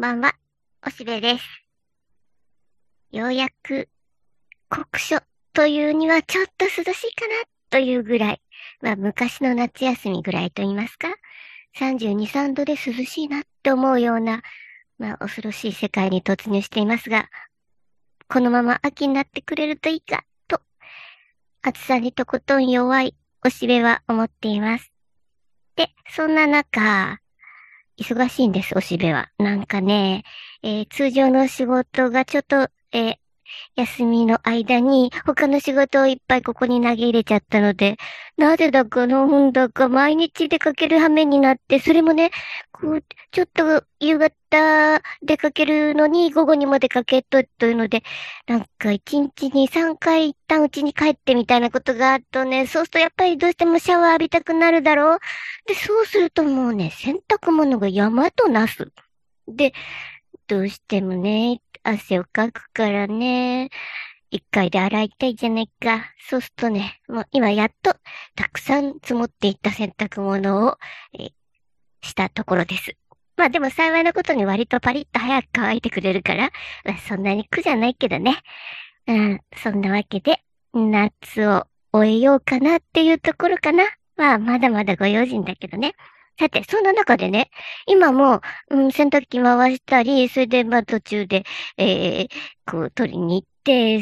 ばんは、おしべです。ようやく、酷暑というにはちょっと涼しいかなというぐらい、昔の夏休みぐらいと言いますか、32、3度で涼しいなって思うような、恐ろしい世界に突入していますが、このまま秋になってくれるといいか、と、暑さにとことん弱いおしべは思っています。で、そんな中、忙しいんです、おしべは。なんかね、通常の仕事がちょっと、休みの間に他の仕事をいっぱいここに投げ入れちゃったので、なぜだかなんだか毎日出かける羽目になって、それもね、ちょっと夕方出かけるのに午後にも出かけというので、なんか1日に3回一旦家に帰ってみたいなことがあるとね、そうするとやっぱりどうしてもシャワー浴びたくなるだろう。で、そうするともうね、洗濯物が山となす。で、どうしてもね、汗をかくからね、一回で洗いたいじゃないか。そうするとね、もう今やっとたくさん積もっていった洗濯物を、えーしたところです。でも幸いなことに割とパリッと早く乾いてくれるから、そんなに苦じゃないけどね。そんなわけで、夏を終えようかなっていうところかな。まだまだご用心だけどね。さて、そんな中でね、今も、洗濯機回したり、それで途中で、取りに行って、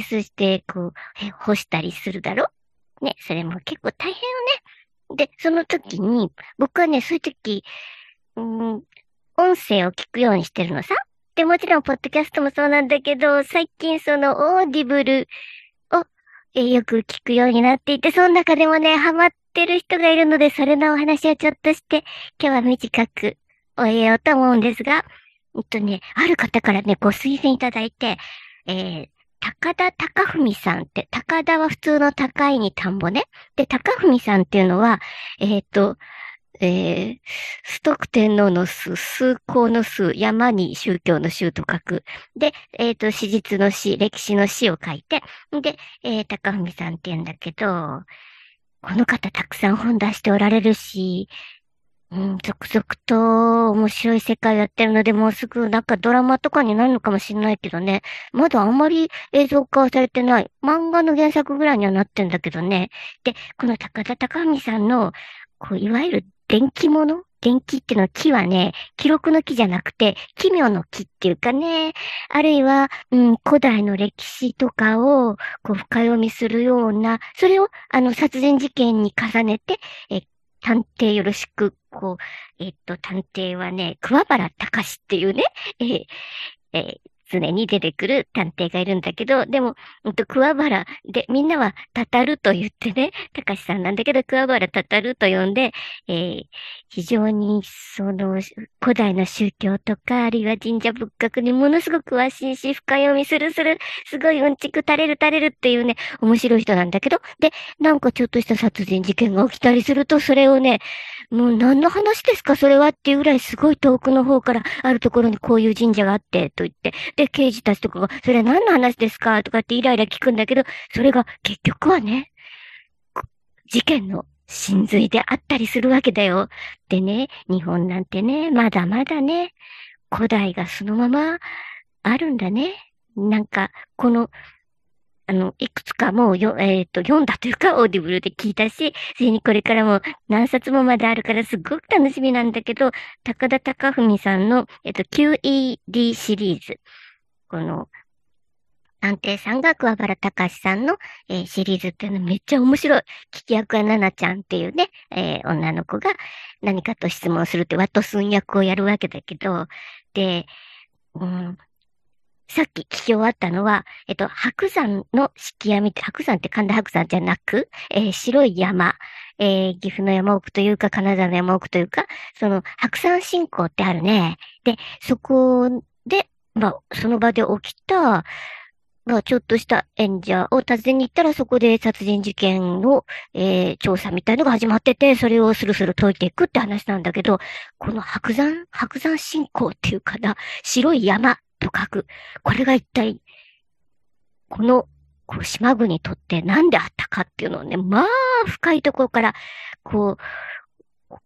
そして、干したりするだろね、それも結構大変よね。で、その時に、僕はね、そういう時、うん、音声を聞くようにしてるのさ。で、もちろん、ポッドキャストもそうなんだけど、最近その、オーディブルを、よく聞くようになっていて、その中でもね、ハマってる人がいるので、それのお話をちょっとして、今日は短く終えようと思うんですが、ある方からね、ご推薦いただいて、えー、高田貴文さんって、高田は普通の高いに田んぼね。で、貴文さんっていうのは、えっと、えー、崇徳天皇の崇、崇高の崇、山に宗教の宗と書く。で、史実の史、歴史の史を書いて、で、高文さんって言うんだけど、この方たくさん本出しておられるし、続々と面白い世界やってるので、もうすぐなんかドラマとかになるのかもしれないけどね。まだあんまり映像化はされてない。漫画の原作ぐらいにはなってんだけどね。で、この高田貴文さんの、いわゆる電気っていうのは木はね、記録の木じゃなくて、奇妙の木っていうかね、あるいは、古代の歴史とかを、深読みするような、それを、殺人事件に重ねて、え探偵よろしく、探偵はね、桑原隆っていうね、えーえー常に出てくる探偵がいるんだけど、でも、桑原で、みんなはタタルと言ってね、隆さんなんだけど、桑原タタルと呼んで、えー非常に、古代の宗教とか、あるいは神社仏閣にものすごく詳しいし、深読みすごいうんちく垂れるっていうね、面白い人なんだけど、で、なんかちょっとした殺人事件が起きたりすると、それをね、もう何の話ですかそれはっていうぐらいすごい遠くの方からあるところにこういう神社があってと言って、で、刑事たちとかが、それは何の話ですかとかってイライラ聞くんだけど、それが結局はね、事件の真髄であったりするわけだよ。でね、日本なんてね、まだまだね、古代がそのままあるんだね。なんか、いくつかもう読んだというか、オーディブルで聞いたし、それにこれからも何冊もまだあるからすっごく楽しみなんだけど、高田貴文さんの、QED シリーズ。この、探偵さんが桑原隆さんの、シリーズっていうのめっちゃ面白い。聞き役はナナちゃんっていうね、女の子が何かと質問するってワトスン役をやるわけだけど、で、うん、さっき聞き終わったのは、白山の敷山って、白山って神田白山じゃなく、白い山、岐阜の山奥というか、金沢の山奥というか、その白山信仰ってあるね。で、そこで、その場で起きた、ちょっとした演者を訪ねに行ったら、そこで殺人事件の、調査みたいのが始まってて、それをスルスル解いていくって話なんだけど、この白山信仰っていうかな、白い山と書く。これが一体、この、島国にとって何であったかっていうのをね、深いところから、こ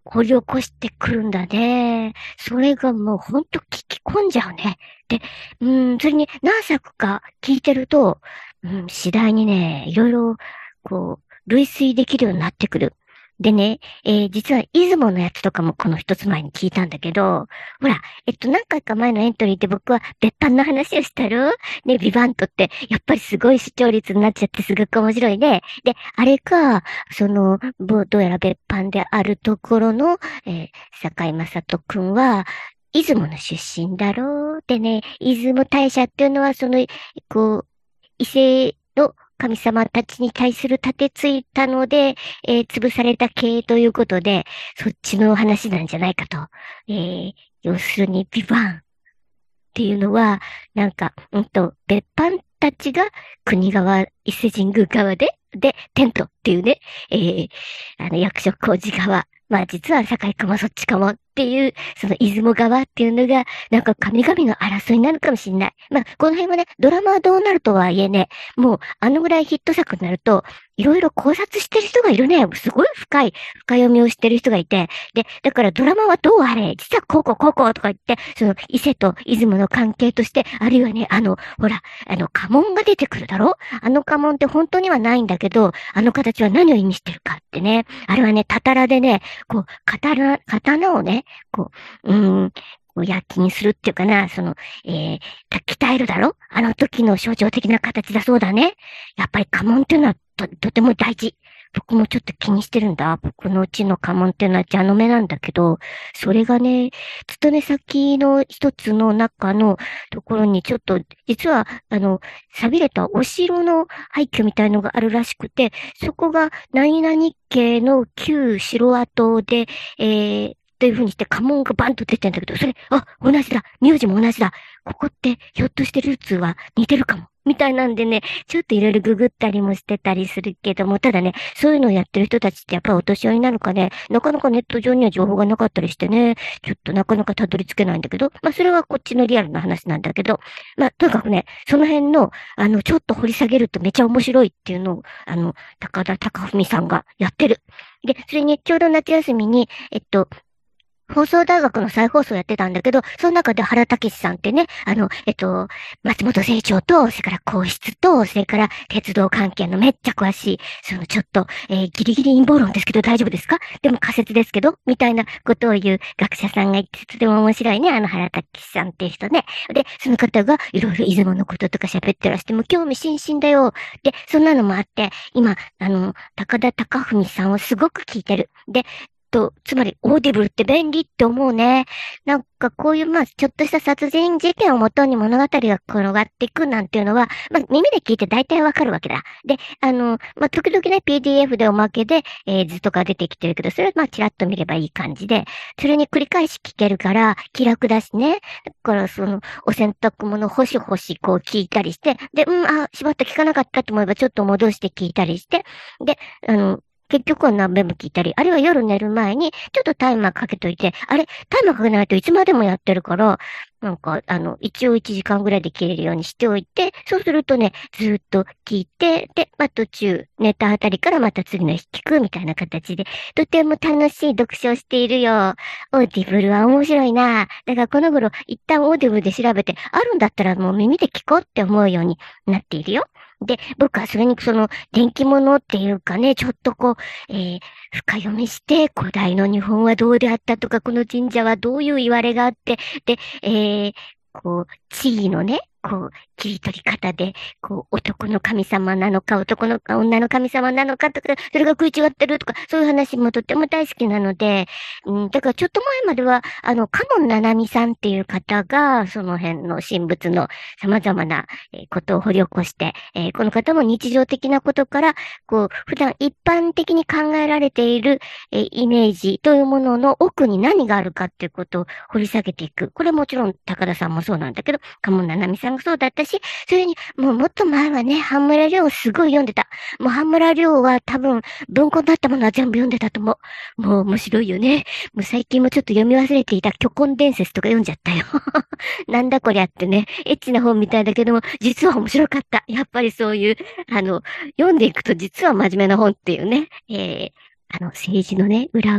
掘り起こしてくるんだね。それがもうほんと聞き込んじゃうね。で、それに何作か聞いてると、次第にね、いろいろ、類推できるようになってくる。でね、実は、出雲のやつとかもこの一つ前に聞いたんだけど、ほら、何回か前のエントリーで僕は別班の話をしたろね、ビバントって、やっぱりすごい視聴率になっちゃってすごく面白いね。で、あれか、どうやら別班であるところの、坂井正人くんは、出雲の出身だろう。でね、出雲大社っていうのは、伊勢の神様たちに対する立てついたので、潰された系ということで、そっちの話なんじゃないかと。要するに、ビバンっていうのは、なんか、別班たちが国側、伊勢神宮側で、テントっていうね、役所工事側。まあ実は堺かもそっちかもっていう、その出雲側っていうのが、なんか神々の争いになるかもしれない。まあこの辺はね、ドラマはどうなるとはいえね、もうあのぐらいヒット作になると、いろいろ考察してる人がいるね。すごい深読みをしてる人がいて。で、だからドラマはどうあれ、実はこうとか言って、その伊勢と出雲の関係として、あるいはね、ほら、家紋が出てくるだろ。あの家紋って本当にはないんだけど、あの形は何を意味してるかってね。あれはね、たたらでね、刀をね、躍起にするっていうかな、鍛えるだろあの時の象徴的な形だそうだね。やっぱり家紋っていうのはとても大事。僕もちょっと気にしてるんだ。僕のうちの家紋っていうのは蛇の目なんだけど、それがね、勤め先の一つの中のところにちょっと、実は、錆びれたお城の廃墟みたいのがあるらしくて、そこが何々家の旧城跡で、という風にして家紋がバンと出てんだけど、それ、同じだ。名字も同じだ。ここって、ひょっとしてルーツは似てるかも。みたいなんでね、ちょっといろいろググったりもしてたりするけども、ただね、そういうのをやってる人たちってやっぱりお年寄りなのかね、なかなかネット上には情報がなかったりしてね、ちょっとなかなかたどり着けないんだけど、まあそれはこっちのリアルな話なんだけど、まあとにかくね、その辺の、ちょっと掘り下げるとめちゃ面白いっていうのを、高田貴文さんがやってる。で、それにちょうど夏休みに、放送大学の再放送やってたんだけど、その中で原武史さんってね、松本清張と、それから皇室と、それから鉄道関係のめっちゃ詳しい、ちょっと、ギリギリ陰謀論ですけど大丈夫ですかでも仮説ですけどみたいなことを言う学者さんがいて、とても面白いね、原武史さんっていう人ね。で、その方がいろいろ出雲のこととか喋ってらしても興味津々だよ。で、そんなのもあって、今、高田貴文さんをすごく聞いてる。で、つまり、オーディブルって便利って思うね。なんかこういう、まあ、ちょっとした殺人事件をもとに物語が転がっていくなんていうのは、まあ、耳で聞いて大体わかるわけだ。で、まあ、時々ね、PDF でおまけで、図とか出てきてるけど、それはまあ、チラッと見ればいい感じで、それに繰り返し聞けるから、気楽だしね。だから、お洗濯物、ほしこう聞いたりして、で、しまった聞かなかったと思えば、ちょっと戻して聞いたりして、で、結局は何遍も聞いたり、あるいは夜寝る前に、ちょっとタイマーかけといて、あれ、タイマーかけないといつまでもやってるから、なんか、一応1時間ぐらいで切れるようにしておいて、そうするとね、ずっと聞いて、で、まあ、途中、寝たあたりからまた次の日聞くみたいな形で、とても楽しい読書をしているよ。オーディブルは面白いな。だからこの頃、一旦オーディブルで調べて、あるんだったらもう耳で聞こうって思うようになっているよ。で、僕はそれに電気物っていうかね、ちょっと深読みして、古代の日本はどうであったとか、この神社はどういう言われがあって、で、地位のね、切り取り方で、男の神様なのか、女の神様なのかとか、それが食い違ってるとか、そういう話もとっても大好きなので、だからちょっと前までは、カノンナナミさんっていう方が、その辺の神仏の様々なことを掘り起こして、この方も日常的なことから、普段一般的に考えられている、イメージというものの奥に何があるかっていうことを掘り下げていく。これはもちろん高田さんもそうなんだけど、カノンナナミさんもそうだったし、それに、もっと前はね、半村亮をすごい読んでた。もう半村亮は多分、文庫になったものは全部読んでたと思う。もう面白いよね。もう最近もちょっと読み忘れていた虚婚伝説とか読んじゃったよ。なんだこりゃってね、エッチな本みたいだけども、実は面白かった。やっぱりそういう、読んでいくと実は真面目な本っていうね、政治のね、裏は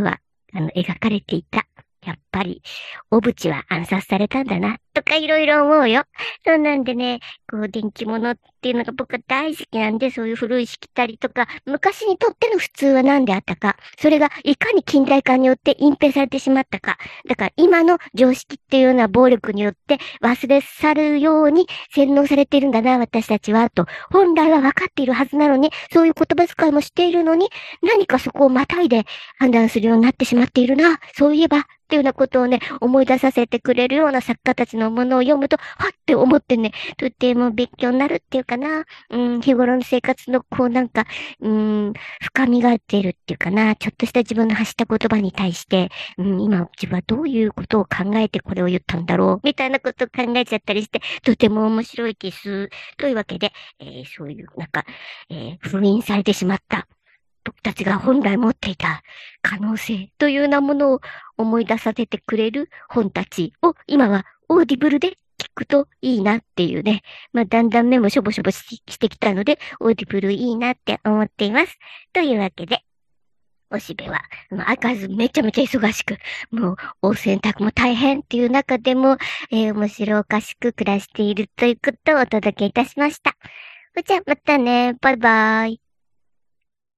描かれていた。やっぱり、小渕は暗殺されたんだな、とかいろいろ思うよ。そうなんでね、電気物っていうのが僕は大好きなんで、そういう古いしきたりとか、昔にとっての普通は何であったか、それがいかに近代化によって隠蔽されてしまったか。だから今の常識っていうような暴力によって忘れ去るように洗脳されているんだな、私たちは、と。本来は分かっているはずなのに、そういう言葉遣いもしているのに、何かそこをまたいで判断するようになってしまっているな。そういえば、っていうようなことをね、思い出させてくれるような作家たちのものを読むと、はって思ってね、とても勉強になるっていうかな。日頃の生活の深みが出るっていうかな。ちょっとした自分の発した言葉に対して、今自分はどういうことを考えてこれを言ったんだろう、みたいなことを考えちゃったりして、とても面白い気す。というわけで、そういう、封印されてしまった僕たちが本来持っていた可能性というようなものを思い出させてくれる本たちを今はオーディブルで聞くといいなっていうね。だんだん目もしょぼしょぼしてきたので、オーディブルいいなって思っています。というわけで、おしべは、相変わらずめちゃめちゃ忙しく、もう、お洗濯も大変っていう中でも、面白おかしく暮らしているということをお届けいたしました。じゃあ、またね。バイバイ。